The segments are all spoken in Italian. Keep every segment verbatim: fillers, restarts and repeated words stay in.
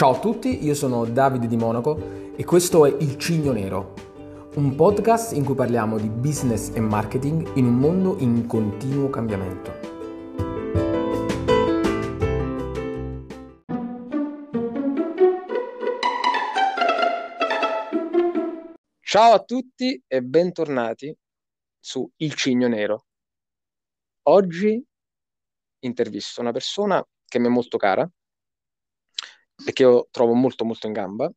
Ciao a tutti, io sono Davide di Monaco e questo è Il Cigno Nero, un podcast in cui parliamo di business e marketing in un mondo in continuo cambiamento. Ciao a tutti e bentornati su Il Cigno Nero. Oggi intervisto una persona che mi è molto cara e che io trovo molto molto in gamba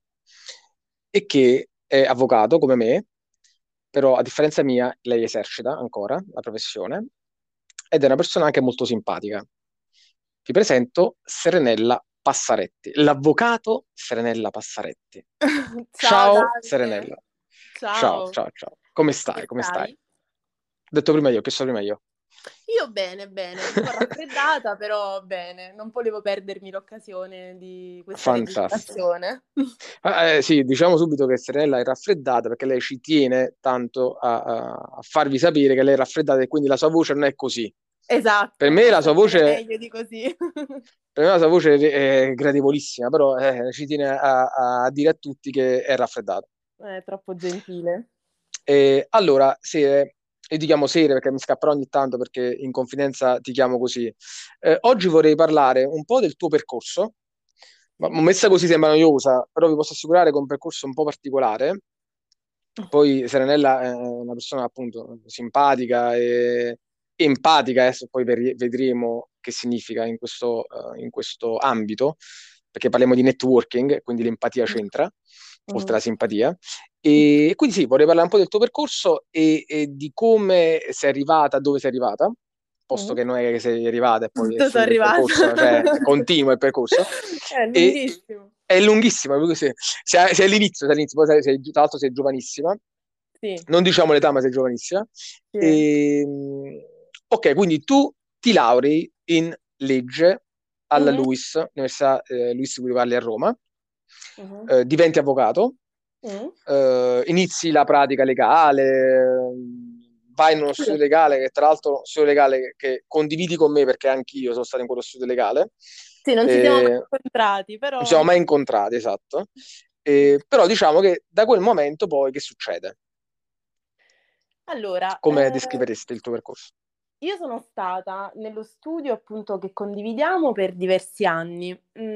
e che è avvocato come me, però a differenza mia lei esercita ancora la professione ed è una persona anche molto simpatica. Vi presento Serenella Passaretti, l'avvocato Serenella Passaretti. Ciao Ciao Davide, Serenella. Ciao, ciao, ciao, ciao. Come come stai? Come stai? stai? Ho detto prima io, che so prima io. Io bene, bene, un po' raffreddata, però bene, non volevo perdermi l'occasione di questa Fantastico. registrazione. Ah, eh, sì, diciamo subito che Serenella è raffreddata perché lei ci tiene tanto a, a- a farvi sapere che lei è raffreddata e quindi la sua voce non è così. Per Esatto, non me la posso sua essere voce, meglio di così. per me la sua voce è gradevolissima, però eh, ci tiene a, a dire a tutti che è raffreddata. È troppo gentile. E allora, Sere, io ti chiamo Sere perché mi scapperò ogni tanto perché in confidenza ti chiamo così. Eh, oggi vorrei parlare un po' del tuo percorso, ma Sì. messa così sembra noiosa, però vi posso assicurare che è un percorso un po' particolare. Poi Serenella è una persona appunto simpatica e empatica, adesso poi ver- vedremo che significa in questo, eh, in questo ambito, perché parliamo di networking, quindi l'empatia c'entra, oltre Mhm. alla simpatia. E quindi sì, vorrei parlare un po' del tuo percorso e, e di come sei arrivata, dove sei arrivata, posto Mhm. che non è che sei arrivata e poi è Dove sono finito il arrivata? percorso, cioè è continuo il percorso. È E lunghissimo. è lunghissima, proprio se- sei, sei all'inizio, sei all'inizio, poi sei, sei- tra l'altro sei giovanissima, Sì, non diciamo l'età, ma sei giovanissima. sì. E, ok, quindi tu ti laurei in legge alla Mhm, LUISS, Università eh, Luis Guidi a Roma, mhm, eh, diventi avvocato, mhm. eh, inizi la pratica legale, vai in uno Sì, studio legale, che tra l'altro è uno studio legale che, che condividi con me perché anch'io sono stato in quello studio legale. sì, non ci siamo mai Eh, incontrati, non ci siamo però mai incontrati, esatto. sì. Eh, però diciamo che da quel momento poi che succede? Allora, Come eh, descriveresti il tuo percorso? io sono stata nello studio appunto che condividiamo per diversi anni.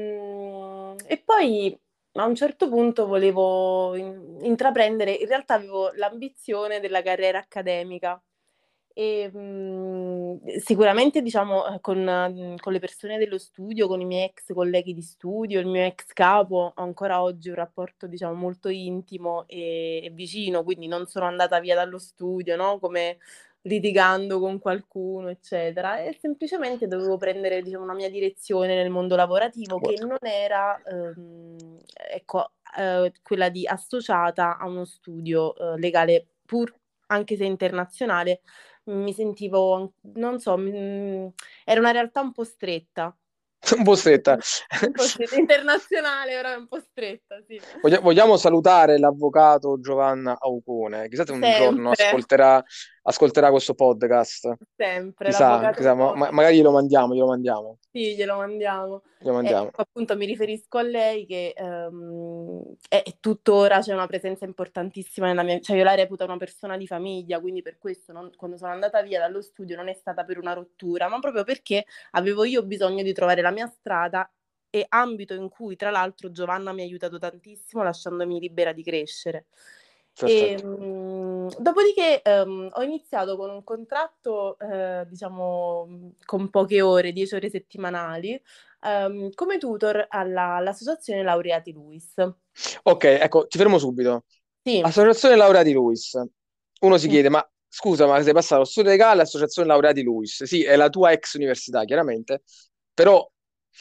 Mm, e poi a un certo punto volevo in- intraprendere, in realtà avevo l'ambizione della carriera accademica e mm, sicuramente diciamo eh, con, mm, con le persone dello studio, con i miei ex colleghi di studio, il mio ex capo, ho ancora oggi un rapporto diciamo molto intimo e, e vicino, quindi non sono andata via dallo studio, no? Come litigando con qualcuno, eccetera, e semplicemente dovevo prendere, diciamo, una mia direzione nel mondo lavorativo che non era, ehm, ecco, eh, quella di associata a uno studio, eh, legale, pur anche se internazionale, mi sentivo, non so, mi- era una realtà un po' stretta. Un po' stretta. Un po' stretta, internazionale, però è un po' stretta, sì. Voglia- Vogliamo salutare l'avvocato Giovanna Aucone. Chissà se un giorno Sempre. ascolterà, ascolterà questo podcast. Sempre, Chissà, l'avvocato chissà, ma- ma- Cone. magari glielo mandiamo, glielo mandiamo, Sì, glielo mandiamo. glielo E mandiamo. ecco, appunto mi riferisco a lei che ehm, è, è tuttora c'è una presenza importantissima nella mia, cioè io la reputo una persona di famiglia, quindi per questo non- quando sono andata via dallo studio non è stata per una rottura, ma proprio perché avevo io bisogno di trovare la mia strada e ambito in cui tra l'altro Giovanna mi ha aiutato tantissimo lasciandomi libera di crescere. E, Perfetto. mh, dopodiché ehm, ho iniziato con un contratto, eh, diciamo, con poche ore, dieci ore settimanali, ehm, come tutor alla- all'Associazione Laureati Luis. Ok, ecco, ti fermo subito. Sì, Associazione Laureati Luis. Uno si mm, chiede, ma scusa, ma sei passato allo studio legale all'Associazione Laureati Luis? Sì, è la tua ex università, chiaramente, però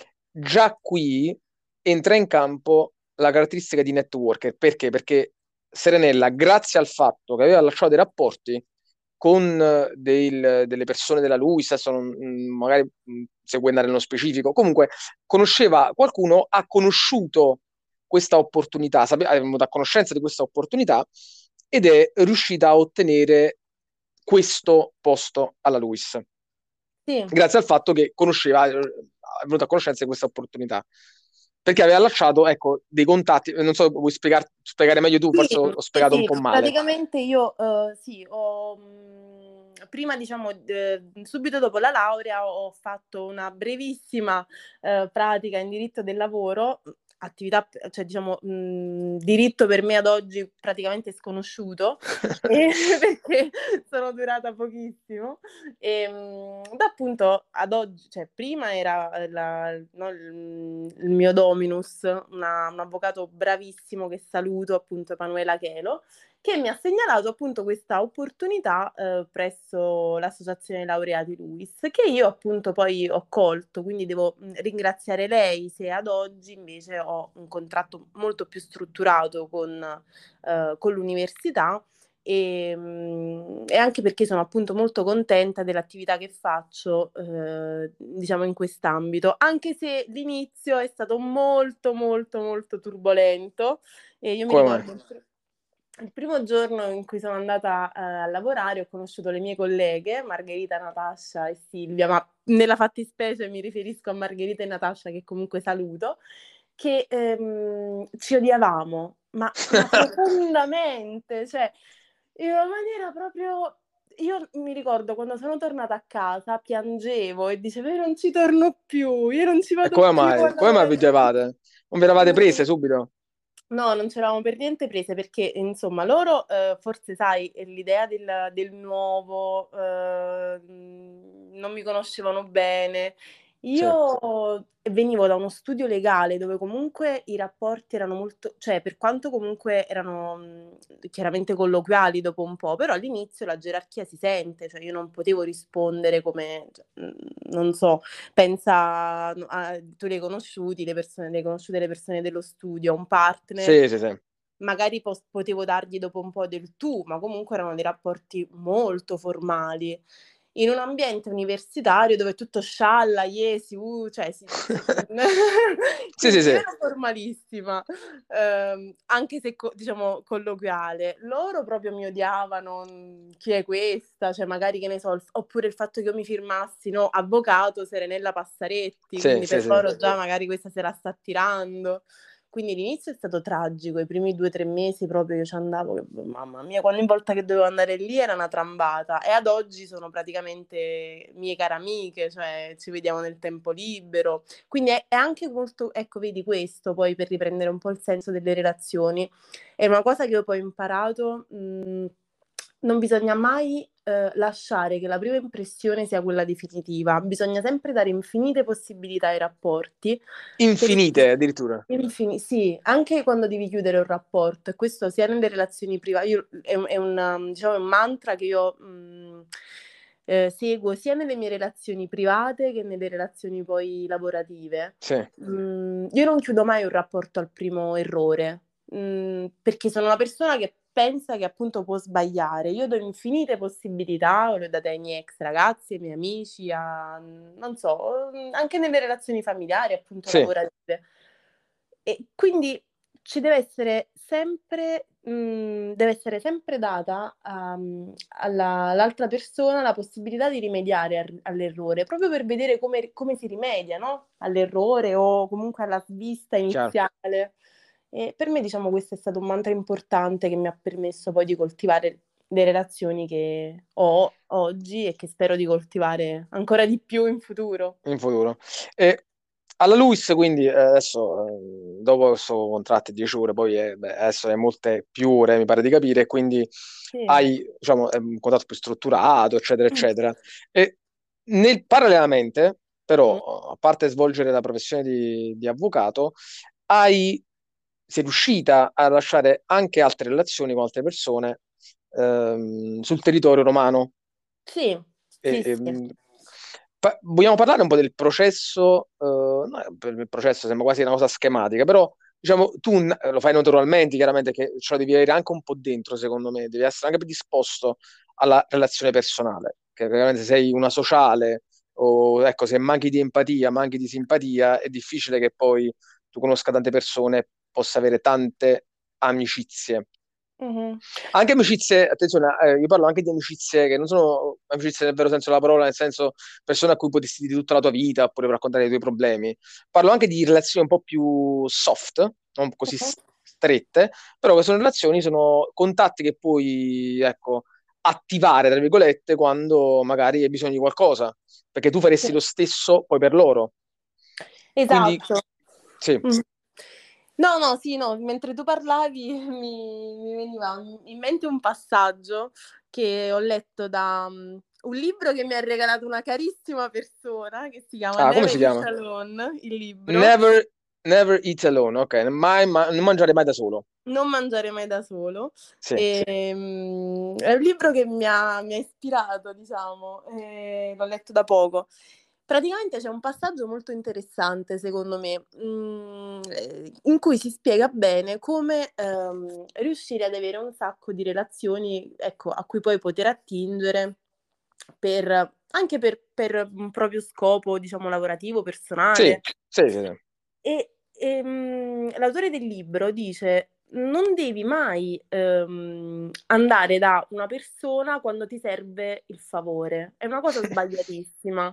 già qui entra in campo la caratteristica di networker. Perché? Perché Serenella, grazie al fatto che aveva lasciato dei rapporti con eh, del- delle persone della LUIS, adesso non- mh, magari mh, se vuoi andare nello specifico, comunque conosceva qualcuno, ha conosciuto questa opportunità, sape- è venuta a conoscenza di questa opportunità ed è riuscita a ottenere questo posto alla LUIS sì, grazie al fatto che conosceva, è venuto a conoscenza di questa opportunità. perché aveva lasciato, ecco, dei contatti, non so, vuoi spiegar- spiegare meglio tu, Sì, forse ho, ho sì, spiegato un sì, po' male. praticamente io eh, sì, ho, mh, prima diciamo eh, subito dopo la laurea ho fatto una brevissima eh, pratica in diritto del lavoro, attività, cioè diciamo mh, diritto per me ad oggi praticamente sconosciuto, e- perché sono durata pochissimo. E, mh, da appunto ad oggi, cioè prima era la- no, il, il mio dominus, una- un avvocato bravissimo che saluto, appunto Emanuela Chelo, che mi ha segnalato appunto questa opportunità eh, presso l'Associazione Laureati Luis, che io appunto poi ho colto, quindi devo mh, ringraziare lei se ad oggi invece ho un contratto molto più strutturato con, eh, con l'università e, mh, e anche perché sono appunto molto contenta dell'attività che faccio, eh, diciamo in quest'ambito, anche se l'inizio è stato molto molto molto turbolento e io mi Come mai? ricordo il, pr- il primo giorno in cui sono andata eh, a lavorare ho conosciuto le mie colleghe Margherita, Natascia e Silvia, ma nella fattispecie mi riferisco a Margherita e Natascia che comunque saluto, che ehm, ci odiavamo, ma, ma profondamente, cioè in una maniera proprio... Io mi ricordo quando sono tornata a casa piangevo e dicevo io non ci torno più, io non ci E vado come più mai? a Come mai vi lavorare. odiavate? Non vi eravate Mm, prese subito? No, non ce l'avamo per niente prese perché, insomma, loro, eh, forse sai, l'idea del, del nuovo, eh, mh, non mi conoscevano bene. Sì, Io venivo da uno studio legale dove comunque i rapporti erano molto, cioè per quanto comunque erano mh, chiaramente colloquiali dopo un po', però all'inizio la gerarchia si sente, cioè io non potevo rispondere come, cioè, mh, non so, pensa a, tu li hai conosciuti, le persone, le hai conosciute le persone dello studio, un partner, sì, sì, sì. magari pos- potevo dargli dopo un po' del tu, ma comunque erano dei rapporti molto formali. In un ambiente universitario dove tutto scialla, yes, uh, cioè sì, sì. Sì, sì, Quindi io sì. ero formalissima, ehm, anche se co- diciamo colloquiale. Loro proprio mi odiavano, mm, chi è questa? Cioè magari che ne so, il- oppure il fatto che io mi firmassi, no, avvocato Serenella Passaretti, Sì, quindi sì, per sì. loro già magari questa se la sta tirando. Quindi l'inizio è stato tragico, i primi due o tre mesi proprio io ci andavo, che, mamma mia, ogni volta che dovevo andare lì era una trambata e ad oggi sono praticamente mie care amiche, cioè ci vediamo nel tempo libero. Quindi è, è anche molto, ecco, vedi questo poi per riprendere un po' il senso delle relazioni. È una cosa che ho poi imparato, mh, non bisogna mai eh, lasciare che la prima impressione sia quella definitiva, bisogna sempre dare infinite possibilità ai rapporti, Infinite perché addirittura. infini- sì, anche quando devi chiudere un rapporto, e questo sia nelle relazioni private, io- è, un, è un, diciamo, un mantra che io mh, eh, seguo sia nelle mie relazioni private che nelle relazioni poi lavorative. Sì, Mm, io non chiudo mai un rapporto al primo errore, mm, perché sono una persona che pensa che appunto può sbagliare. Io do infinite possibilità, le ho date ai miei ex ragazzi, ai miei amici, a, non so, mm, anche nelle relazioni familiari, appunto sì. lavorative. E quindi ci deve essere sempre, mh, deve essere sempre data um, alla- all'altra persona la possibilità di rimediare al- all'errore, proprio per vedere come, come si rimedia, no? All'errore o comunque alla svista Chiaro. iniziale. E per me, diciamo, questo è stato un mantra importante che mi ha permesso poi di coltivare le relazioni che ho oggi e che spero di coltivare ancora di più in futuro. In futuro. E alla Luis, quindi eh, adesso, eh, dopo questo contratto di dieci ore, poi è, beh, adesso è molte più ore, mi pare di capire, quindi Sì. hai, diciamo, eh, un contratto più strutturato, eccetera, eccetera. E nel, parallelamente, Mm. però, a parte svolgere la professione di, di avvocato, hai, sei riuscita a lasciare anche altre relazioni con altre persone ehm, sul territorio romano. Sì, E- sì, sì. ehm, pa- vogliamo parlare un po' del processo? Eh, no, per il processo sembra quasi una cosa schematica, però diciamo tu n- lo fai naturalmente, chiaramente che ce lo devi avere anche un po' dentro, secondo me, devi essere anche predisposto alla relazione personale, che veramente se sei una sociale o ecco, se manchi di empatia, manchi di simpatia, è difficile che poi tu conosca tante persone, possa avere tante amicizie. Mhm. Anche amicizie, attenzione, eh, io parlo anche di amicizie che non sono amicizie nel vero senso della parola, nel senso persone a cui potresti dire tutta la tua vita oppure raccontare i tuoi problemi. Parlo anche di relazioni un po' più soft, non così Mhm. s- strette, però che sono relazioni, sono contatti che puoi, ecco, attivare, tra virgolette, quando magari hai bisogno di qualcosa, perché tu Sì. faresti lo stesso poi per loro. Quindi, Esatto. sì. Mm. No, no, sì, no, mentre tu parlavi mi, mi veniva in mente un passaggio che ho letto da mm, un libro che mi ha regalato una carissima persona che si chiama Ah, come si Never Eat chiama? Alone, il libro. Never, never eat alone, ok, mai, ma- non mangiare mai da solo. Non mangiare mai da solo. Sì. E, mm, è un libro che mi ha, mi ha ispirato, diciamo, e l'ho letto da poco. Praticamente c'è un passaggio molto interessante, secondo me, mm, eh, in cui si spiega bene come ehm, riuscire ad avere un sacco di relazioni, ecco, a cui poi poter attingere per, anche per, per un proprio scopo, diciamo, lavorativo, Sì, personale. sì, sì, sì. E ehm, l'autore del libro dice: non devi mai ehm, andare da una persona quando ti serve il favore. È una cosa sbagliatissima.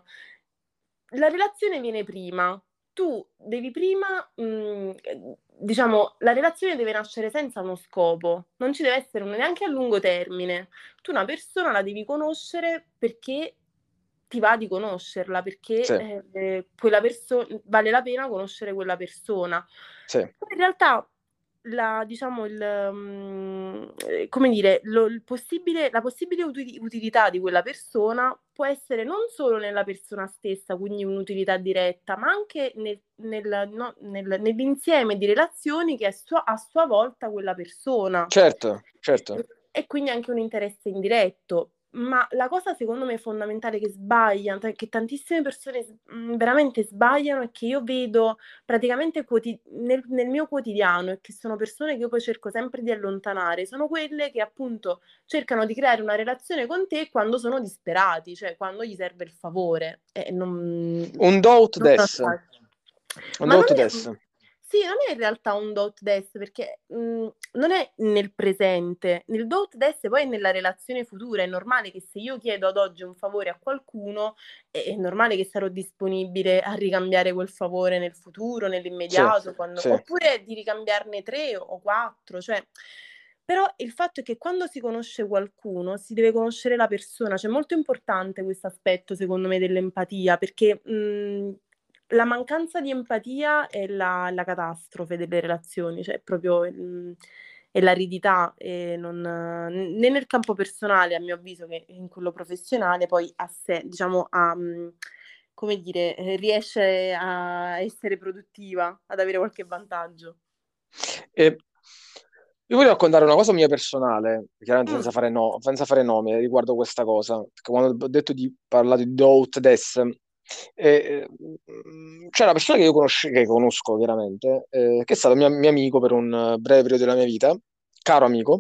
La relazione viene prima. Tu devi prima, mh, diciamo, la relazione deve nascere senza uno scopo, non ci deve essere un- neanche a lungo termine. Tu una persona la devi conoscere perché ti va di conoscerla, perché Sì, eh, eh, quella perso- vale la pena conoscere quella persona. sì, Poi in realtà la, diciamo, il, mm, eh, come dire, lo- il possibile, la possibile uti- utilità di quella persona può essere non solo nella persona stessa, quindi un'utilità diretta, ma anche nel- nel- no, nel- nell'insieme di relazioni che è sua- a sua volta quella persona. certo, certo. E quindi anche un interesse indiretto. Ma la cosa secondo me fondamentale che sbaglia, t- che tantissime persone s- mh, veramente sbagliano e che io vedo praticamente quoti- nel, nel mio quotidiano e che sono persone che io poi cerco sempre di allontanare, sono quelle che appunto cercano di creare una relazione con te quando sono disperati, cioè quando gli serve il favore. E non, Un do ut non des, lo so. un Ma do non ut è, des. sì, non è in realtà un do ut des perché mh, non è nel presente. Nel do ut des poi è nella relazione futura. È normale che se io chiedo ad oggi un favore a qualcuno, è, è normale che sarò disponibile a ricambiare quel favore nel futuro, Sì, nell'immediato, quando- sì, oppure di ricambiarne tre o quattro. Cioè, però il fatto è che quando si conosce qualcuno si deve conoscere la persona, cioè è molto importante questo aspetto secondo me dell'empatia, perché mh, la mancanza di empatia è la, la catastrofe delle relazioni, cioè è proprio mh, è l'aridità, e non, né nel campo personale a mio avviso che in quello professionale poi a sé, diciamo, a, mh, come dire, eh, riesce a essere produttiva, ad avere qualche vantaggio. E io voglio raccontare una cosa mia personale, chiaramente Mm, senza fare, no- senza fare nomi, riguardo questa cosa. Perché quando ho detto di parlare di do ut des, eh, mm, c'è una persona che io conosco, che conosco chiaramente, eh, che è stato mio, mio amico per un eh, breve periodo della mia vita, caro amico,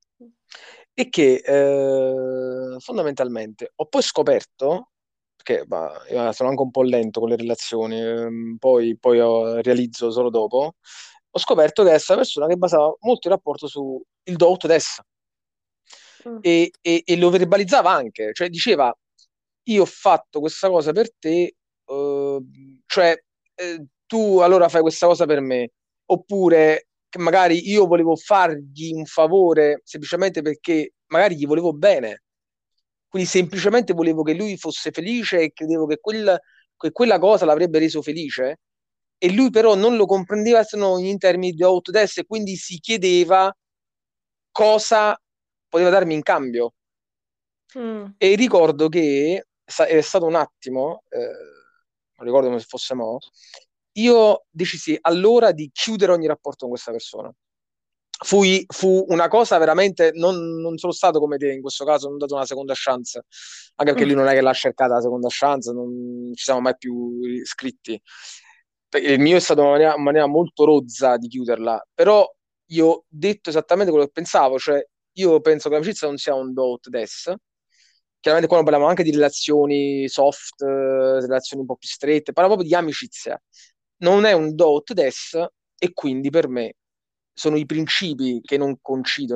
e che eh, fondamentalmente ho poi scoperto, perché bah, io sono anche un po' lento con le relazioni, ehm, poi, poi ho- realizzo solo dopo, ho scoperto che è questa persona che basava molto il rapporto su il do ut des mm, e, e- e lo verbalizzava anche, cioè diceva io ho fatto questa cosa per te, eh, cioè eh, tu allora fai questa cosa per me, oppure che magari io volevo fargli un favore semplicemente perché magari gli volevo bene, quindi semplicemente volevo che lui fosse felice e credevo che, quel- che quella cosa l'avrebbe reso felice, e lui però non lo comprendeva se non in termini di Autodesk e quindi si chiedeva cosa poteva darmi in cambio. mm, E ricordo che sa- è stato un attimo, eh, non ricordo come se fosse mo', io decisi allora di chiudere ogni rapporto con questa persona. Fui, fu una cosa veramente, non, non sono stato come te in questo caso, non ho dato una seconda chance, anche perché lui non è che l'ha cercata la seconda chance, non ci siamo mai più iscritti. Il mio è stato una maniera, una maniera molto rozza di chiuderla, però io ho detto esattamente quello che pensavo, cioè io penso che l'amicizia non sia un do ut des. Chiaramente qua non parliamo anche di relazioni soft, eh, relazioni un po' più strette, parliamo proprio di amicizia. Non è un do ut des e quindi per me sono i principi che non coincidono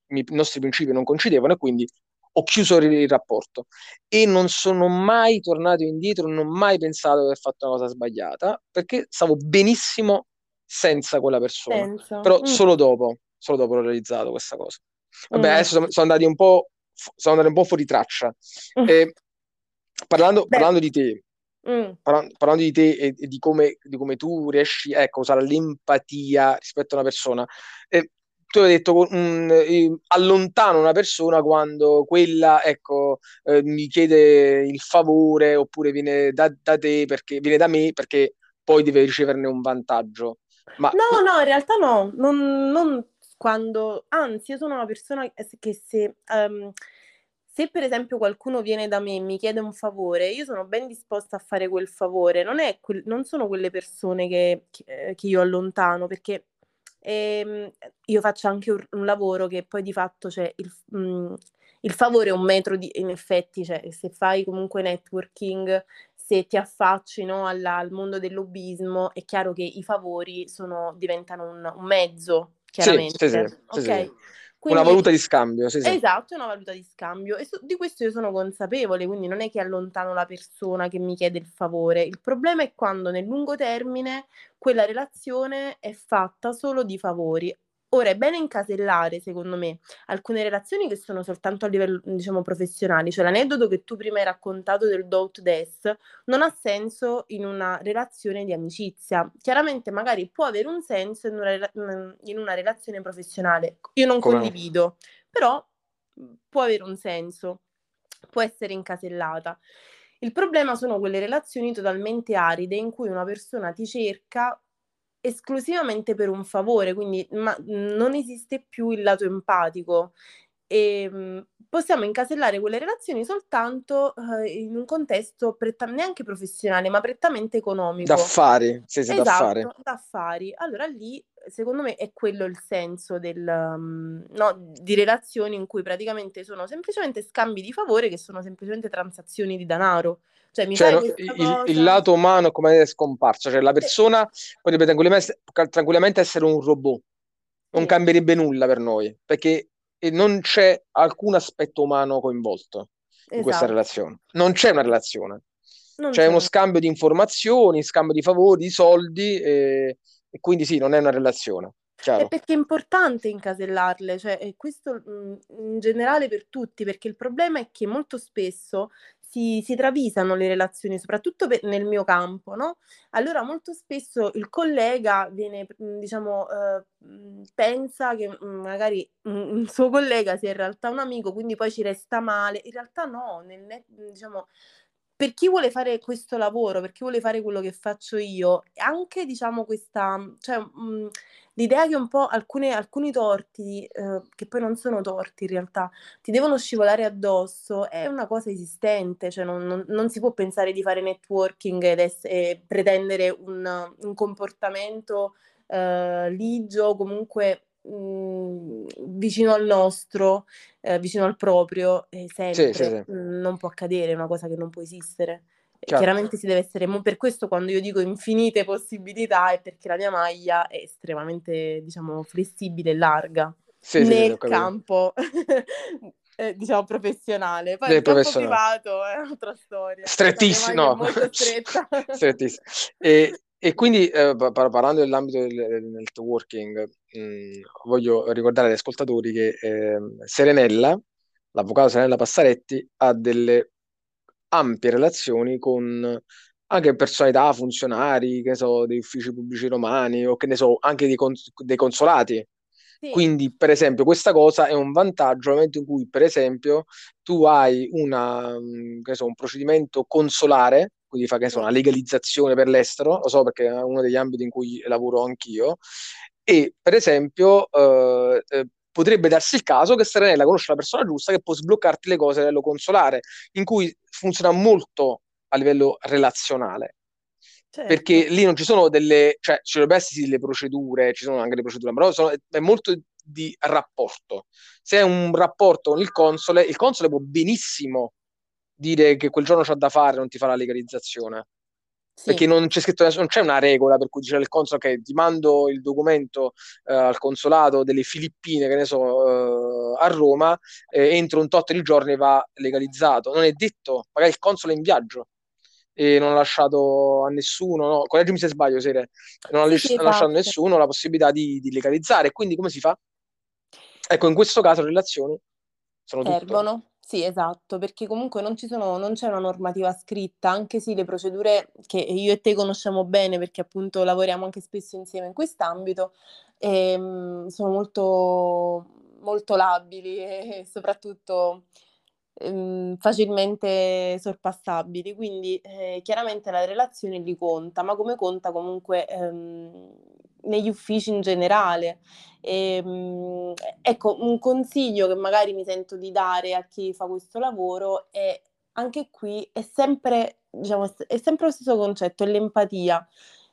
i nostri principi non coincidevano e quindi ho chiuso il, il rapporto e non sono mai tornato indietro, non ho mai pensato di aver fatto una cosa sbagliata perché stavo benissimo senza quella persona, Senza. però Mm, solo dopo, solo dopo ho realizzato questa cosa. Vabbè, mm. adesso sono, sono andati un po', sono andati un po' fuori traccia. E parlando, Beh, parlando di te, mm, parla- parlando di te e, e di come, di come tu riesci, ecco, a usare l'empatia rispetto a una persona, eh, tu hai detto mm, eh, allontano una persona quando quella, ecco, eh, mi chiede il favore oppure viene da, da te perché viene da me perché poi deve riceverne un vantaggio. Ma no, no, in realtà no, non, non quando, anzi, io sono una persona che se, ehm, se per esempio qualcuno viene da me e mi chiede un favore, io sono ben disposta a fare quel favore, non è quel- non sono quelle persone che, che- eh, che io allontano, perché ehm, io faccio anche un, un lavoro che poi di fatto c'è il, mm, il favore è un metro di, in effetti, cioè se fai comunque networking se ti affacci, no, alla- al mondo del lobbismo, è chiaro che i favori sono- diventano un, un mezzo, sì, sì, sì, chiaramente, sì, sì, sì. ok? Una Quindi, valuta di scambio, sì, sì. esatto, è una valuta di scambio e su- di questo io sono consapevole, quindi non è che allontano la persona che mi chiede il favore. Il problema è quando nel lungo termine quella relazione è fatta solo di favori. Ora è bene incasellare, secondo me, alcune relazioni che sono soltanto a livello, diciamo, professionale, cioè l'aneddoto che tu prima hai raccontato del do ut des non ha senso in una relazione di amicizia. Chiaramente magari può avere un senso in una, rela- in una relazione professionale. Io non Come no? condivido, però mh, può avere un senso, può essere incasellata. Il problema sono quelle relazioni totalmente aride in cui una persona ti cerca esclusivamente per un favore, quindi ma, non esiste più il lato empatico e mh, possiamo incasellare quelle relazioni soltanto eh, in un contesto pretta- neanche professionale, ma prettamente economico. D'affari, sì, sì, d'affari. Esatto, d'affari. Allora lì, secondo me, è quello il senso del, um, no, di relazioni in cui praticamente sono semplicemente scambi di favore che sono semplicemente transazioni di denaro. Cioè, mi Cioè, fai no, questa il, il cosa? lato umano è come è scomparso, cioè la Eh, persona potrebbe tranquillamente, tranquillamente essere un robot, non sì, cambierebbe nulla per noi, perché non c'è alcun aspetto umano coinvolto in questa esatto. relazione. Non c'è una relazione, Non c'è c'è uno una... scambio di informazioni, scambio di favori, di soldi, e, e quindi sì, non è una relazione, È chiaro? perché è importante incasellarle, cioè, e questo mh, in generale per tutti, perché il problema è che molto spesso si, si travisano le relazioni, soprattutto per- nel mio campo, no? Allora molto spesso il collega viene, mh, diciamo, eh, mh, pensa che mh, magari mh, un suo collega sia in realtà un amico, quindi poi ci resta male. In realtà no, nel net- diciamo, per chi vuole fare questo lavoro, per chi vuole fare quello che faccio io, anche diciamo questa, cioè, mh, l'idea che un po' alcune- alcuni torti, eh, che poi non sono torti in realtà, ti devono scivolare addosso, è una cosa esistente, cioè non, non- non si può pensare di fare networking ed ess- e pretendere un, un comportamento eh, ligio, comunque mh, vicino al nostro, eh, vicino al proprio, eh, Sì, sì, sempre. sì, Mm, non può accadere, è una cosa che non può esistere. E chiaro. chiaramente si deve essere, mo- per questo quando io dico infinite possibilità è perché la mia maglia è estremamente, diciamo, flessibile e larga Sì, sì, sì, sì, ho nel capito. campo, eh, diciamo, professionale. Poi Del il campo professionale. privato è un'altra storia. La mia Strettissimo, maglia è no, molto stretta. strettissimo. E, e quindi, eh, pa- pa- parlando dell'ambito del, del networking, mh, voglio ricordare agli ascoltatori che ehm, Serenella, l'avvocato Serenella Passaretti, ha delle ampie relazioni con anche personalità, funzionari, che ne so, degli uffici pubblici romani o che ne so, anche dei, cons- dei consolati. Sì, Quindi, per esempio, questa cosa è un vantaggio nel momento in cui, per esempio, tu hai una, mh, che ne so, un procedimento consolare, quindi fa che ne so, sì, una legalizzazione per l'estero, lo so perché è uno degli ambiti in cui lavoro anch'io, e per esempio eh, eh, potrebbe darsi il caso che Serenella conosce la persona giusta che può sbloccarti le cose a livello consolare, in cui funziona molto a livello relazionale. Perché certo. lì non ci sono delle, cioè ci dovrebbero essere sì, delle procedure, ci sono anche le procedure, però sono- è molto di rapporto. Se è un rapporto con il console, il console può benissimo dire che quel giorno c'ha da fare, non ti fa la legalizzazione. Sì, perché non c'è scritto, non c'è una regola per cui dice il console che ti mando il documento eh, al consolato delle Filippine, che ne so, eh, a Roma, eh, entro un tot di giorni va legalizzato. Non è detto, magari il console è in viaggio e non ha lasciato a nessuno, no? Correggimi se sbaglio, Sere, non ha, sì, lasci- sì, non ha lasciato a esatto. nessuno la possibilità di, di legalizzare. Quindi come si fa? Ecco, in questo caso le relazioni sono tutto. Servono, sì, esatto, perché comunque non ci sono, non c'è una normativa scritta, anche sì, le procedure che io e te conosciamo bene, perché appunto lavoriamo anche spesso insieme in quest'ambito, ehm, sono molto, molto labili e soprattutto ehm, facilmente sorpassabili. Quindi eh, chiaramente la relazione li conta, ma come conta comunque ehm, negli uffici in generale. Ehm, ecco, un consiglio che magari mi sento di dare a chi fa questo lavoro è anche qui è sempre, diciamo, è sempre lo stesso concetto, è l'empatia.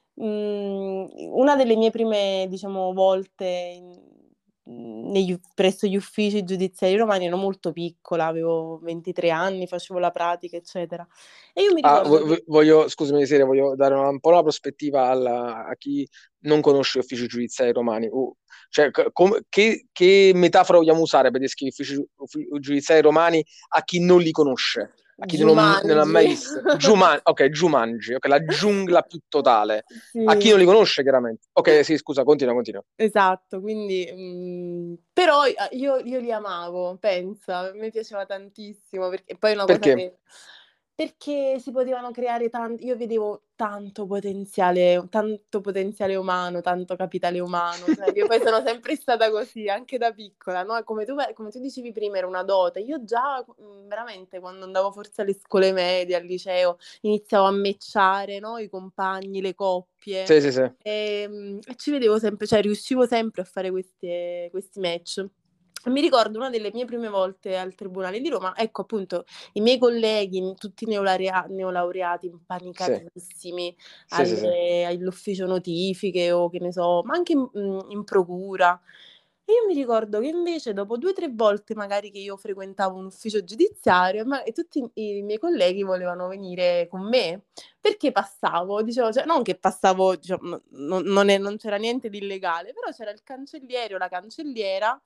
Mm, una delle mie prime, diciamo, volte in- negli- presso gli uffici giudiziari romani ero molto piccola, avevo ventitré anni, facevo la pratica, eccetera. E io mi Ah, ricordo vo- che vo- voglio, scusami, Seria, voglio dare una- un po' una prospettiva alla- a chi non conosce gli uffici giudiziari romani. Uh, cioè, c- com- che, che metafora vogliamo usare per descrivere gli uffici, uffi- giudiziari romani a chi non li conosce, a chi non, non ha mai Jumanji. visto? Juman- ok, Jumanji, ok, la giungla più totale. A chi Sì. non li conosce, chiaramente. Ok, sì, scusa, continua, continua. Esatto, quindi mhmm, però i a io io li amavo, pensa, a me piaceva tantissimo perché poi è una cosa Perché? che perché si potevano creare tan io vedevo tanto potenziale tanto potenziale umano, tanto capitale umano, cioè io poi sono sempre stata così, anche da piccola, no, e come tu ve come tu dicevi prima era una dote, io già, mhmm, veramente quando andavo forse alle scuole medie, al liceo, iniziavo a matchare, no, i compagni, le coppie. Sì, sì, sì. Ehm, e ci vedevo sempre, cioè riuscivo sempre a fare queste questi match. E mi ricordo una delle mie prime volte al tribunale di Roma, ecco appunto i miei colleghi, tutti neolaurea neolaureati Sì, impanicatissimi sì, sì, sì. alle all'ufficio notifiche o che ne so, ma anche in mhmm, in procura. E io mi ricordo che invece dopo due, tre volte magari che io frequentavo un ufficio giudiziario, ma e tutti i miei colleghi volevano venire con me. Perché passavo, dicevo, cioè non che passavo, diciamo, no non è non c'era niente di illegale, però c'era il cancelliere o la cancelliera,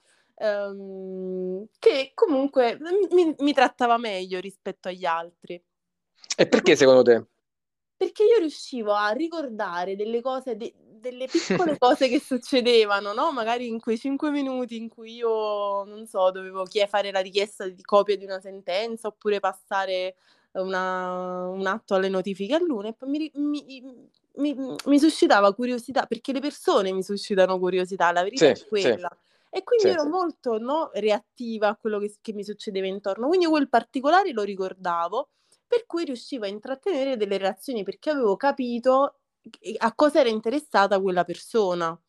ehm, che comunque mi mi mi trattava meglio rispetto agli altri. E Ma perché questo secondo te? perché io riuscivo a ricordare delle cose de delle piccole cose che succedevano, no, magari in quei cinque minuti in cui io, non so, dovevo chie fare la richiesta di copia di una sentenza, oppure passare una un atto alle notifiche all'uno e poi mi ri mi i mi mi suscitava curiosità, perché le persone mi suscitano curiosità, la verità Sì, è sì, quella. E quindi sì. ero molto, no, reattiva a quello che s che mi succedeva intorno. Quindi quel particolare lo ricordavo, per cui riuscivo a intrattenere delle relazioni, perché avevo capito c a cosa era interessata quella persona.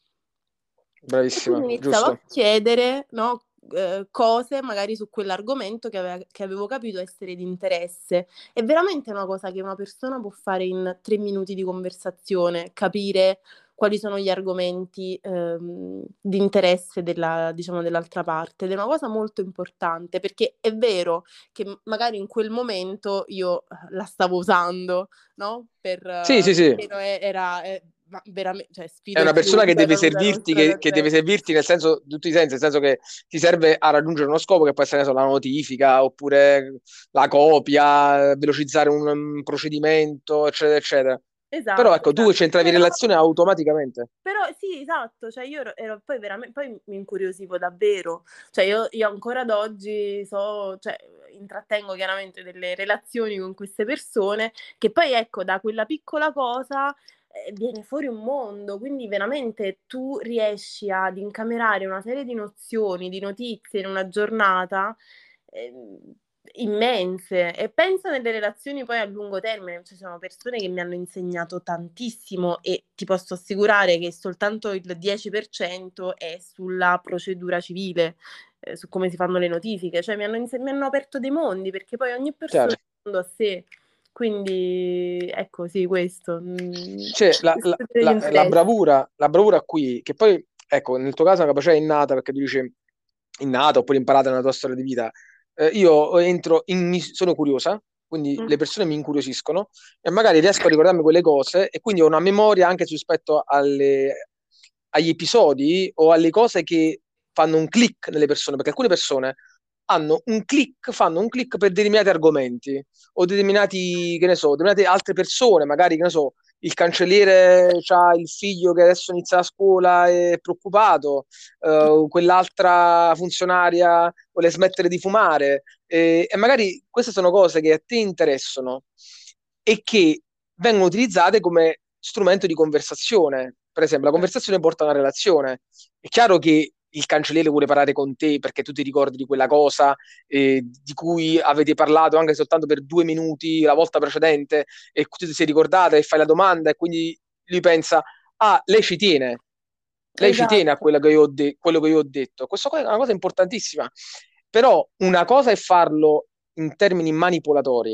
E quindi Bravissima, iniziavo a giusto. chiedere, no, ehm, cose magari su quell'argomento che aveva che avevo capito essere di interesse. È veramente una cosa che una persona può fare in tre minuti di conversazione, capire quali sono gli argomenti, ehm, di interesse della diciamo, dell'altra parte, ed è una cosa molto importante, perché è vero che m magari in quel momento io, uhm, la stavo usando, no, per Sì, sì, sì. perché no e era e ma verame cioè È sfido una persona che chiunque a deve non usare uno servirti, che, che deve stratagemma. servirti nel senso, in tutti i sensi, nel senso che ti serve a raggiungere uno scopo che può essere, ne so, la notifica, oppure la copia, velocizzare un, un procedimento, eccetera, eccetera. Però Esatto, ecco, tu esatto. c'entravi in Però relazione automaticamente. però sì, esatto, cioè io ero ero poi veramen poi mi incuriosivo davvero. Cioè io io ancora ad oggi so cioè intrattengo chiaramente delle relazioni con queste persone, che poi ecco, da quella piccola cosa, ehm, viene fuori un mondo. Quindi veramente tu riesci ad incamerare una serie di nozioni, di notizie in una giornata, ehm, immense. E pensa nelle relazioni poi a lungo termine, ci sono persone che mi hanno insegnato tantissimo e ti posso assicurare che soltanto il dieci per cento è sulla procedura civile, ehm, su come si fanno le notifiche. Cioè mi hanno inse mi hanno aperto dei mondi, perché poi ogni persona Chiaro. è un mondo a sé. Quindi ecco sì, questo. Mhmm, Cioè, la, la- degli la- la interessi. bravura, la bravura qui, che poi, ecco, nel tuo caso è una capacità innata, perché tu dici innata oppure imparata nella tua storia di vita. Eh, io entro in, mi- sono curiosa, quindi Mm. le persone mi incuriosiscono e magari riesco a ricordarmi quelle cose e quindi ho una memoria anche rispetto alle, agli episodi o alle cose che fanno un click nelle persone, perché alcune persone hanno un click, fanno un click per determinati argomenti o determinati, che ne so, determinate altre persone, magari, che ne so, il cancelliere ha il figlio che adesso inizia la scuola e è preoccupato, eh, quell'altra funzionaria vuole smettere di fumare, e, e magari queste sono cose che a te interessano e che vengono utilizzate come strumento di conversazione. Per esempio, la conversazione porta a una relazione. È chiaro che il cancelliere vuole parlare con te perché tu ti ricordi di quella cosa eh, di cui avete parlato anche soltanto per due minuti la volta precedente e tu ti sei ricordata e fai la domanda e quindi lui pensa, ah, lei ci tiene, lei ci tiene a Esatto. quello che io ho, de- quello che io ho detto. Questa è una cosa importantissima. Però una cosa è farlo in termini manipolatori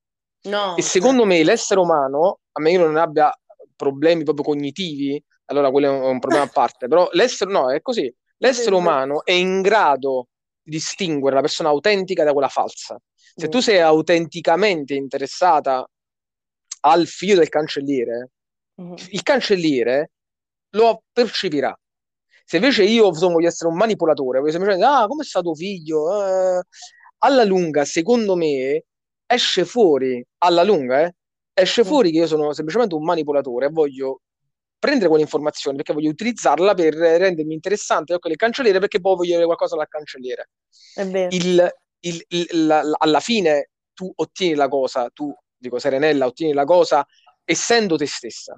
e No, secondo certo. me l'essere umano, a meno che non abbia problemi proprio cognitivi, allora quello è un, un problema a parte, però l'essere, no, è così, l'essere Dovrebbe... umano è in grado di distinguere la persona autentica da quella falsa. Se tu Mm. sei autenticamente interessata al figlio del cancelliere, Mhm. il cancelliere lo percepirà. Se invece io sono, voglio essere un manipolatore, voglio semplicemente, ah, come sta tuo figlio? Eh, alla lunga, secondo me, esce fuori, alla lunga, eh, esce Mm. fuori che io sono semplicemente un manipolatore e voglio prendere quell'informazione perché voglio utilizzarla per rendermi interessante ecco, il cancelliere perché poi voglio dire qualcosa dal cancelliere. È vero. Il, il, il, la, la, alla fine tu ottieni la cosa, tu, dico Serenella, ottieni la cosa essendo te stessa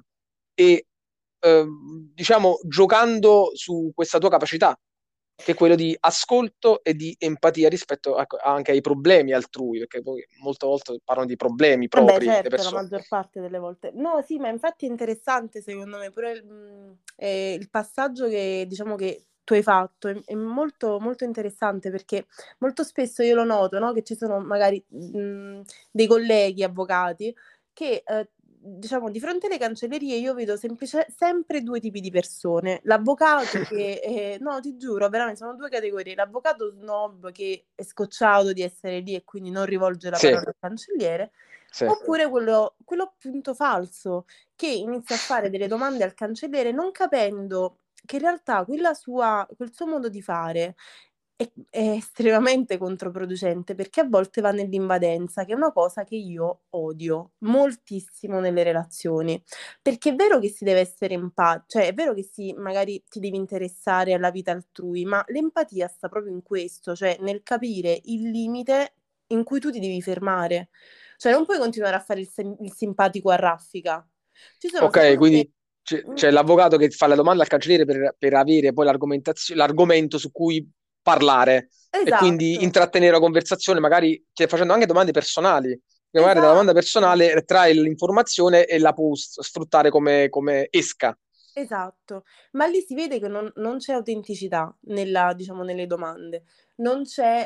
e eh, diciamo giocando su questa tua capacità che è quello di ascolto e di empatia rispetto a- anche ai problemi altrui, perché poi molte volte parlano di problemi Vabbè, propri le certo, la persone. maggior parte delle volte. No, sì, ma infatti è interessante secondo me pure il, mh, eh, il passaggio che diciamo che tu hai fatto è, è molto, molto interessante perché molto spesso io lo noto, no? Che ci sono magari mh, dei colleghi avvocati che eh, diciamo di fronte alle cancellerie io vedo semplice, sempre due tipi di persone. L'avvocato che, eh, no, ti giuro, veramente sono due categorie. L'avvocato snob che è scocciato di essere lì e quindi non rivolge la Sì, parola al cancelliere. sì. Oppure quello, quello appunto falso, che inizia a fare delle domande al cancelliere non capendo che in realtà quella sua, quel suo modo di fare è, è estremamente controproducente perché a volte va nell'invadenza, che è una cosa che io odio moltissimo nelle relazioni. Perché è vero che si deve essere empatici, cioè è vero che si, magari ti devi interessare alla vita altrui, ma l'empatia sta proprio in questo, cioè nel capire il limite in cui tu ti devi fermare. Cioè, non puoi continuare a fare il, sim- il simpatico a raffica. Ci sono, Ok, secondo me... quindi c'è Mm, c'è l'avvocato che fa la domanda al cancelliere per, per avere poi l'argomentazione, l'argomento su cui parlare e quindi esatto, intrattenere la conversazione, magari che facendo anche domande personali. Che magari da domanda esatto. personale trae l'informazione e la può s- sfruttare come, come esca. Esatto, ma lì si vede che non, non c'è autenticità nella, diciamo, nelle domande, non c'è,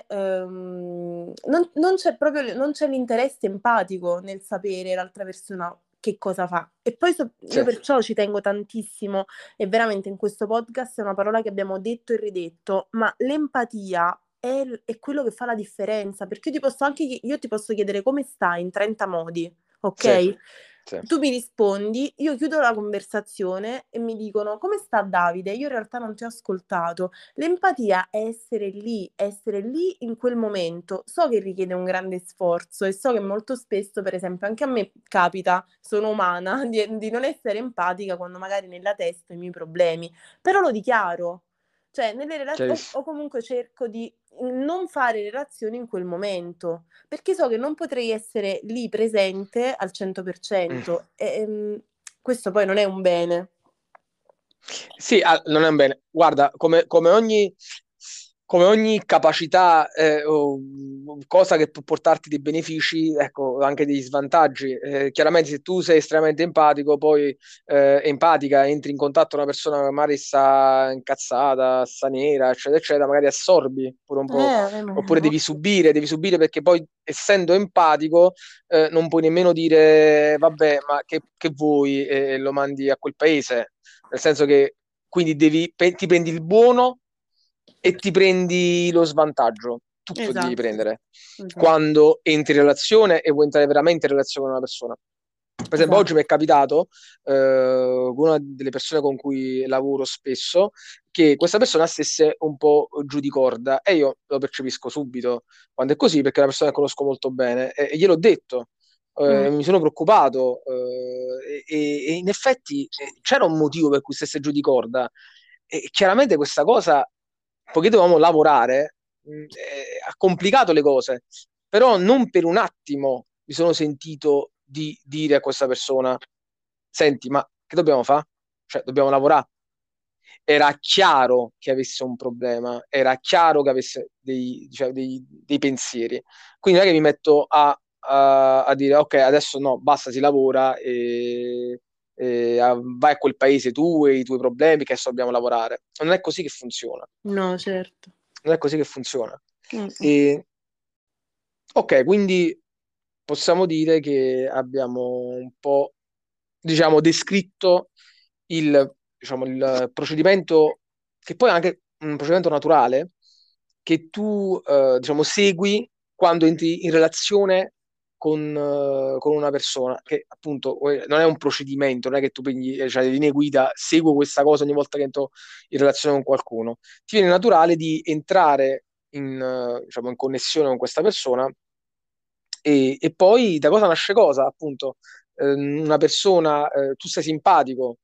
ehm, non, non c'è proprio non c'è l'interesse empatico nel sapere l'altra persona che cosa fa. E poi so- io Sì, perciò ci tengo tantissimo, e veramente in questo podcast è una parola che abbiamo detto e ridetto, ma l'empatia è, è quello che fa la differenza, perché io ti posso anche, chi- io ti posso chiedere come stai in trenta modi, sì, ok? sì. Tu mi rispondi, io chiudo la conversazione e mi dicono come sta Davide? Io in realtà non ti ho ascoltato. L'empatia è essere lì, essere lì in quel momento. So che richiede un grande sforzo e so che molto spesso, per esempio, anche a me capita, sono umana, di, di non essere empatica quando magari nella testa ho i miei problemi, però lo dichiaro. Cioè, nelle relazioni, o, Chiarissimo. o comunque cerco di non fare relazioni in quel momento perché so che non potrei essere lì presente al Mm. cento per cento e ehm, questo poi non è un bene. Sì, ah, non è un bene. Guarda, come, come ogni, come ogni capacità, eh, o cosa che può portarti dei benefici, ecco, anche degli svantaggi. Eh, chiaramente, se tu sei estremamente empatico, poi eh, empatica, entri in contatto con una persona che magari sta incazzata, sta nera, eccetera, eccetera, magari assorbi pure un po', Eh, oppure ma- devi subire, devi subire perché poi, essendo empatico, eh, non puoi nemmeno dire, vabbè, ma che, che vuoi, e lo mandi a quel paese. Nel senso che quindi devi, pe- ti prendi il buono e ti prendi lo svantaggio. tutto ti devi Esatto, prendere esatto, quando entri in relazione e vuoi entrare veramente in relazione con una persona. Per esempio, oggi esatto. mi è capitato eh, con una delle persone con cui lavoro spesso che questa persona stesse un po' giù di corda e io lo percepisco subito quando è così perché è una persona che conosco molto bene e, e gliel'ho detto. Mm. Eh, mi sono preoccupato eh, e, e in effetti eh, c'era un motivo per cui stesse giù di corda e chiaramente questa cosa, poiché dovevamo lavorare, mh, eh, ha complicato le cose, però non per un attimo mi sono sentito di dire a questa persona, senti, ma che dobbiamo fare? Cioè, dobbiamo lavorare. Era chiaro che avesse un problema, era chiaro che avesse dei, diciamo, dei, dei pensieri. Quindi non è che mi metto a, a, a dire, ok, adesso no, basta, si lavora e, e ah, vai a quel paese tu e i tuoi problemi, che adesso dobbiamo lavorare. Non è così che funziona. No, certo. Non è così che funziona. Mm. E, ok, quindi possiamo dire che abbiamo un po', diciamo, descritto il, diciamo, il procedimento, che poi è anche un procedimento naturale, che tu, eh, diciamo, segui quando entri in relazione con, eh, con una persona, che appunto eh, non è un procedimento, non è che tu prendi, eh, cioè, le linee guida, seguo questa cosa ogni volta che entro in relazione con qualcuno. Ti viene naturale di entrare in, eh, diciamo, in connessione con questa persona e, e poi da cosa nasce cosa? Appunto, ehm, una persona, eh, tu sei simpatico,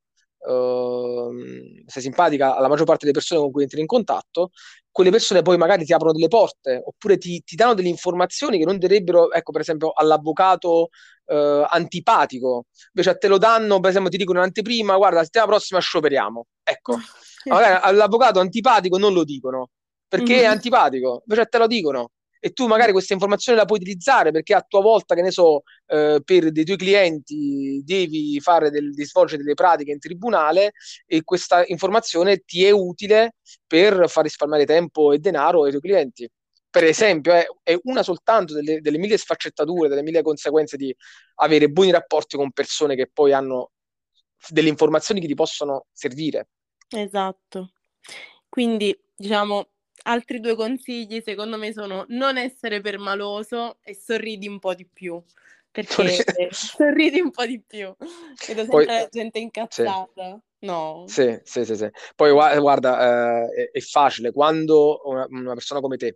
ehm, sei simpatica alla maggior parte delle persone con cui entri in contatto, quelle persone poi magari ti aprono delle porte oppure ti, ti danno delle informazioni che non darebbero, ecco, per esempio, all'avvocato eh, antipatico. Invece a te lo danno, per esempio, ti dicono in anteprima, guarda, la settimana prossima scioperiamo. Ecco, magari all'avvocato antipatico non lo dicono perché è Mhm. antipatico, invece a te lo dicono e tu magari questa informazione la puoi utilizzare perché a tua volta, che ne so, eh, per dei tuoi clienti devi fare del, di svolgere delle pratiche in tribunale e questa informazione ti è utile per far risparmiare tempo e denaro ai tuoi clienti. Per esempio, è, è una soltanto delle, delle mille sfaccettature, delle mille conseguenze di avere buoni rapporti con persone che poi hanno delle informazioni che ti possono servire. Esatto. Quindi, diciamo, altri due consigli secondo me sono non essere permaloso e sorridi un po' di più, perché sorridi un po' di più. Vedo Poi, sempre la gente sì. incazzata. No. Sì, sì, sì, sì. Poi gua- guarda, eh, è, è facile quando una, una persona come te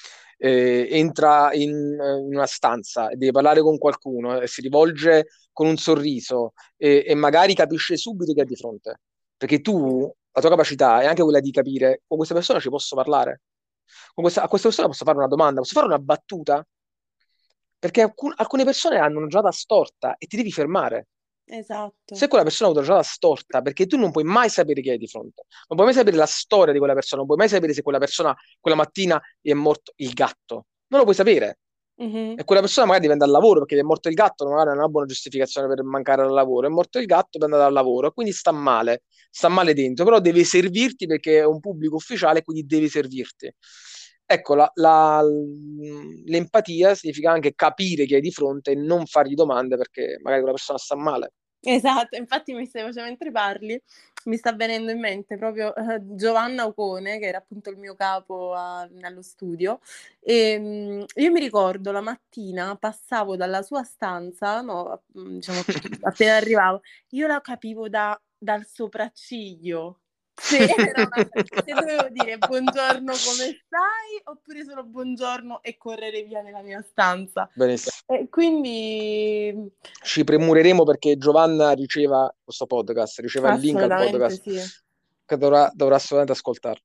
eh, entra in, in una stanza e deve parlare con qualcuno e si rivolge con un sorriso e, e magari capisce subito che ha di fronte, perché tu, la tua capacità è anche quella di capire con questa persona ci posso parlare, con questa, a questa persona posso fare una domanda, posso fare una battuta, perché alcun- alcune persone hanno una giornata storta e ti devi fermare. Esatto. Se quella persona ha avuto una giornata storta, perché tu non puoi mai sapere chi hai di fronte, non puoi mai sapere la storia di quella persona, non puoi mai sapere se quella persona quella mattina gli è morto il gatto, non lo puoi sapere. Mhm. E quella persona magari deve andare al lavoro perché gli è morto il gatto, magari non è una buona giustificazione per mancare al lavoro. È morto il gatto per andare al lavoro, quindi sta male, sta male dentro, però deve servirti perché è un pubblico ufficiale, quindi deve servirti. Ecco, la- la- l'empatia significa anche capire chi hai di fronte e non fargli domande perché magari quella persona sta male. Esatto, infatti mi stai facendo mentre parli, mi sta venendo in mente proprio eh, Giovanna Ocone, che era appunto il mio capo a- allo studio. E, mm, io mi ricordo la mattina passavo dalla sua stanza, no, mm, diciamo appena arrivavo, io la capivo da- dal sopracciglio. Se, era una- se dovevo dire buongiorno, come stai? Oppure solo buongiorno e correre via nella mia stanza. Benissimo. E quindi Ci premureremo perché Giovanna riceva questo podcast, riceva il link al assolutamente podcast sì. che dovrà, dovrà assolutamente ascoltarlo.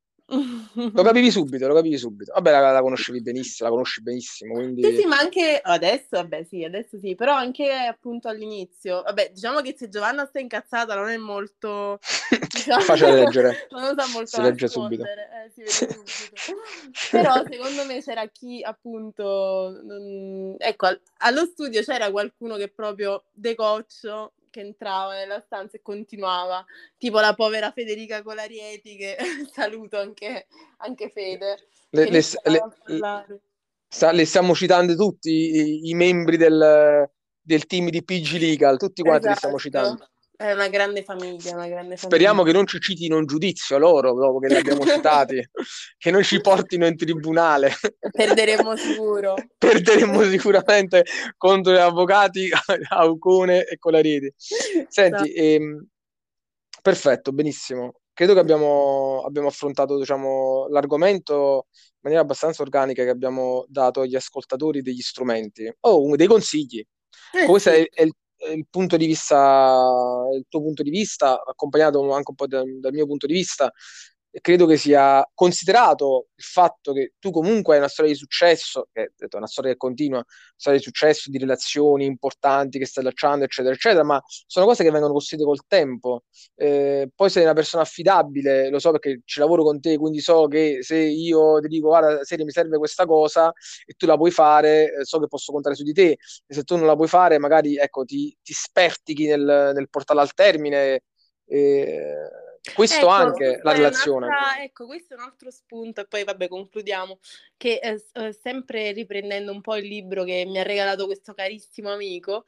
Lo capivi subito, lo capivi subito. Vabbè, la, la conoscevi benissimo, la conosci benissimo, Sì, quindi sì, ma anche adesso, vabbè, sì, adesso sì, però anche appunto all'inizio, vabbè, diciamo che se Giovanna sta incazzata non è molto, è diciamo, facile da leggere. non lo sa molto Si legge subito. nascondere, eh, si vede subito. Però secondo me c'era chi appunto, non- ecco, al- allo studio c'era qualcuno che proprio decoccio, che entrava nella stanza e continuava, tipo la povera Federica Colarieti, che saluto anche, anche Fede, Le, che le- iniziava le- a parlare. sta- le stiamo citando tutti i, i membri del, del team di P G Legal, tutti quanti li stiamo Esatto, citando. È una grande famiglia, una grande Speriamo famiglia. che non ci citino in giudizio loro, dopo che li abbiamo citati, che non ci portino in tribunale. Perderemo sicuro. Perderemo sicuramente contro gli avvocati Aucone e Colariti. Senti, Esatto. ehm, perfetto, benissimo. Credo che abbiamo, abbiamo affrontato, diciamo, l'argomento in maniera abbastanza organica, che abbiamo dato agli ascoltatori degli strumenti o oh, dei consigli. Eh Questo sì. è, è il, è il punto di vista, il tuo punto di vista, accompagnato anche un po' dal, dal mio punto di vista. E credo che sia considerato il fatto che tu comunque hai una storia di successo, che è una storia che continua, una storia di successo, di relazioni importanti che stai allacciando, eccetera, eccetera, ma sono cose che vengono costruite col tempo. Eh, poi sei una persona affidabile, lo so perché ci lavoro con te, quindi so che se io ti dico, guarda, Serie, mi serve questa cosa e tu la puoi fare, eh, so che posso contare su di te, e se tu non la puoi fare, magari ecco, ti, ti spertichi nel, nel portarla al termine. Eh, questo Ecco, anche la questa è relazione. un'altra, ecco, questo è un altro spunto e poi vabbè concludiamo, che eh, s- eh, sempre riprendendo un po' il libro che mi ha regalato questo carissimo amico,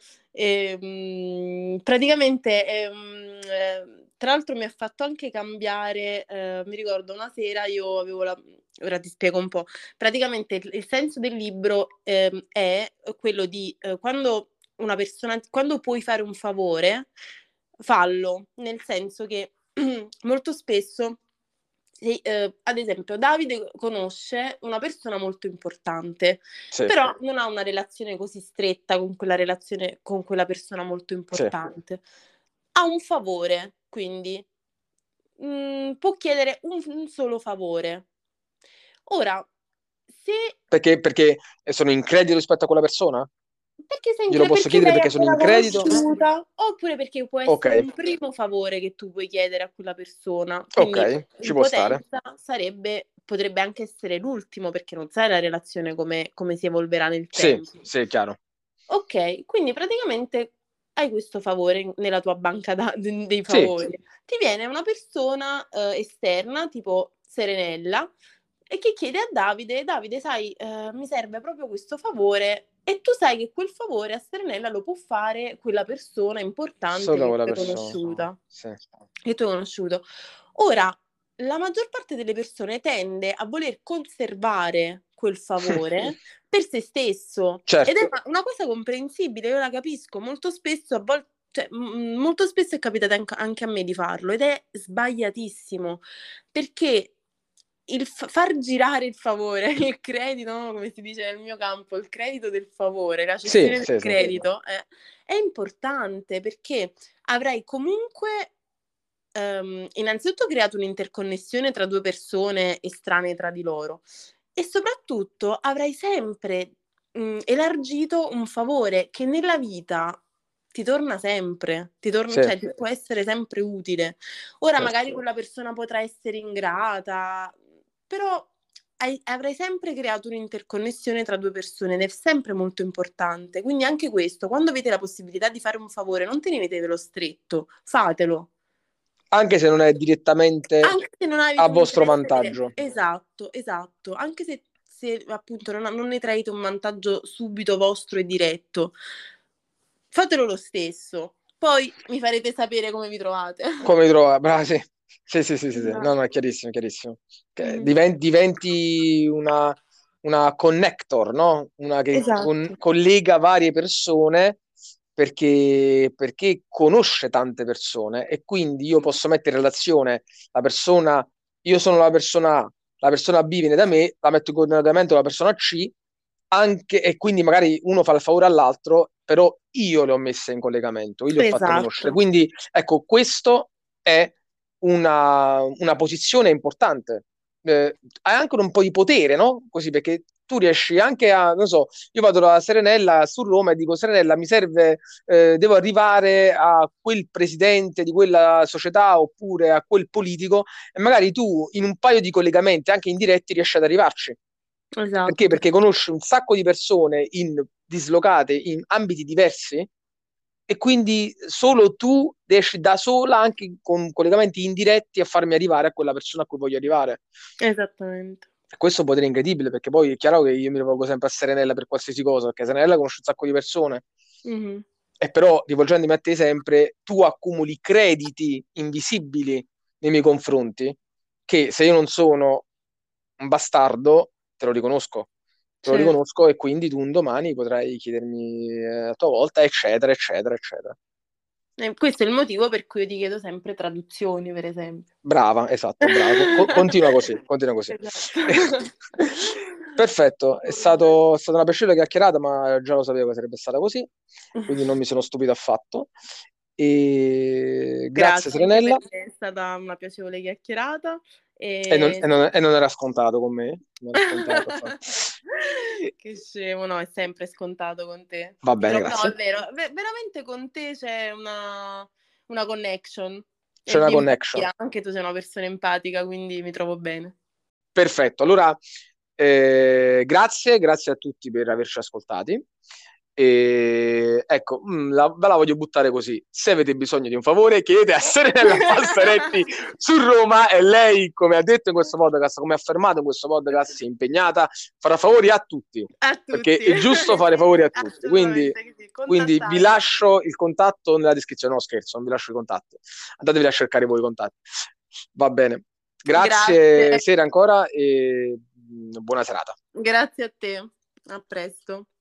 ehm, praticamente, ehm, eh, tra l'altro mi ha fatto anche cambiare, eh, mi ricordo una sera io avevo la... Ora ti spiego un po'. Praticamente il, il senso del libro ehm, è quello di eh, quando una persona, quando puoi fare un favore, fallo, nel senso che molto spesso, se, eh, ad esempio, Davide conosce una persona molto importante, Sì, però non ha una relazione così stretta con quella relazione, con quella persona molto sì. importante. Ha un favore, quindi mm, può chiedere un, un solo favore. Ora, se Perché, perché sono in credito rispetto a quella persona? perché sei, Glielo incre- posso perché chiedere sei perché sono appena in credito? conosciuta, oppure perché può Ok, essere un primo favore che tu puoi chiedere a quella persona. Quindi ok, ci in può stare. potenza sarebbe, potrebbe anche essere l'ultimo, perché non sai la relazione come, come si evolverà nel Sì, tempo. sì, è chiaro. Ok, quindi praticamente hai questo favore in- nella tua banca da- de- dei Sì, favori. Ti viene una persona eh, esterna, tipo Serenella, e che chiede a Davide, Davide, sai, eh, mi serve proprio questo favore, e tu sai che quel favore a Serenella lo può fare quella persona importante solo che quella tu hai persona. conosciuta, Sì. che tu hai conosciuto. Ora, la maggior parte delle persone tende a voler conservare quel favore per se stesso ed è Certo, una, una cosa comprensibile, io la capisco, molto spesso a volte, cioè, m- molto spesso è capitato anche anche a me di farlo ed è sbagliatissimo perché il fa- far girare il favore, il credito, no? Come si dice nel mio campo, il credito del favore, la sì, cessione del sì, sì. credito eh, è importante perché avrai comunque ehm, innanzitutto creato un'interconnessione tra due persone estranee tra di loro e soprattutto avrai sempre mh, elargito un favore che nella vita ti torna sempre, ti torna, Sì, cioè ti può essere sempre utile. Ora certo. magari quella persona potrà essere ingrata, però hai- avrai sempre creato un'interconnessione tra due persone ed è sempre molto importante. Quindi anche questo, quando avete la possibilità di fare un favore, non tenetevelo stretto, fatelo. Anche se non è direttamente Anche se non a avete un vostro interesse diretto. vantaggio. Esatto, esatto. Anche se, se appunto non, non ne traete un vantaggio subito vostro e diretto, fatelo lo stesso. Poi mi farete sapere come vi trovate. Come trova? Brava, sì. Sì, sì, sì, sì, sì. No, no, è Esatto. chiarissimo, è chiarissimo. Che Mhm. diven- diventi una, una connector, no? Una che con- Esatto. collega varie persone perché, perché conosce tante persone e quindi io posso mettere in relazione la persona, io sono la persona A, la persona B viene da me, la metto in coordinamento con la persona C, anche, e quindi magari uno fa il favore all'altro, però io le ho messe in collegamento, io le ho fatte conoscere. Esatto. Quindi, ecco, questo è una, una posizione importante. Eh, hai anche un po' di potere, no? Così, perché tu riesci anche a, non so, io vado da Serenella su Roma e dico, Serenella, mi serve, eh, devo arrivare a quel presidente di quella società oppure a quel politico e magari tu in un paio di collegamenti, anche indiretti, riesci ad arrivarci. Perché? Esatto. Perché conosci un sacco di persone in, dislocate in ambiti diversi e quindi solo tu riesci da sola, anche con collegamenti indiretti, a farmi arrivare a quella persona a cui voglio arrivare. Esattamente. E questo è un potere incredibile, perché poi è chiaro che io mi rivolgo sempre a Serenella per qualsiasi cosa, perché Serenella conosce un sacco di persone. Mhm. e però rivolgendomi a te sempre, tu accumuli crediti invisibili nei miei confronti, che se io non sono un bastardo, te lo riconosco, te lo Certo. riconosco e quindi tu un domani potrai chiedermi eh, a tua volta, eccetera, eccetera, eccetera. E questo è il motivo per cui io ti chiedo sempre traduzioni, per esempio. Brava, esatto, brava. Co- continua così, continua così. Esatto. Perfetto, è stato, è stata una piacevole chiacchierata, ma già lo sapevo che sarebbe stata così, quindi non mi sono stupito affatto. E grazie, Grazie, anche Serenella. per me è stata una piacevole chiacchierata. E non, E... e non- e non era scontato con me, non era scontato affatto. Che scemo, no, è sempre scontato con te. Va Ti bene, trovo- No, grazie. è vero, ve- veramente con te c'è una, una connection C'è e una di connection. empatia. Anche tu sei una persona empatica, quindi mi trovo bene. Perfetto, allora eh, grazie, grazie a tutti per averci ascoltati. E ecco, mh, la, ve la voglio buttare così. Se avete bisogno di un favore, chiedete a Serenella Passaretti su Roma e lei, come ha detto in questo podcast, come ha affermato in questo podcast, si è impegnata, farà favori a tutti, A tutti. perché è giusto fare favori a tutti. Quindi, Assolutamente sì. quindi vi Contattatemi. lascio il contatto nella descrizione. No, scherzo, non vi lascio i contatti. Andatevi a cercare voi i contatti. Va bene. Grazie, Grazie. Sera ancora e mh, buona serata. Grazie a te. A presto.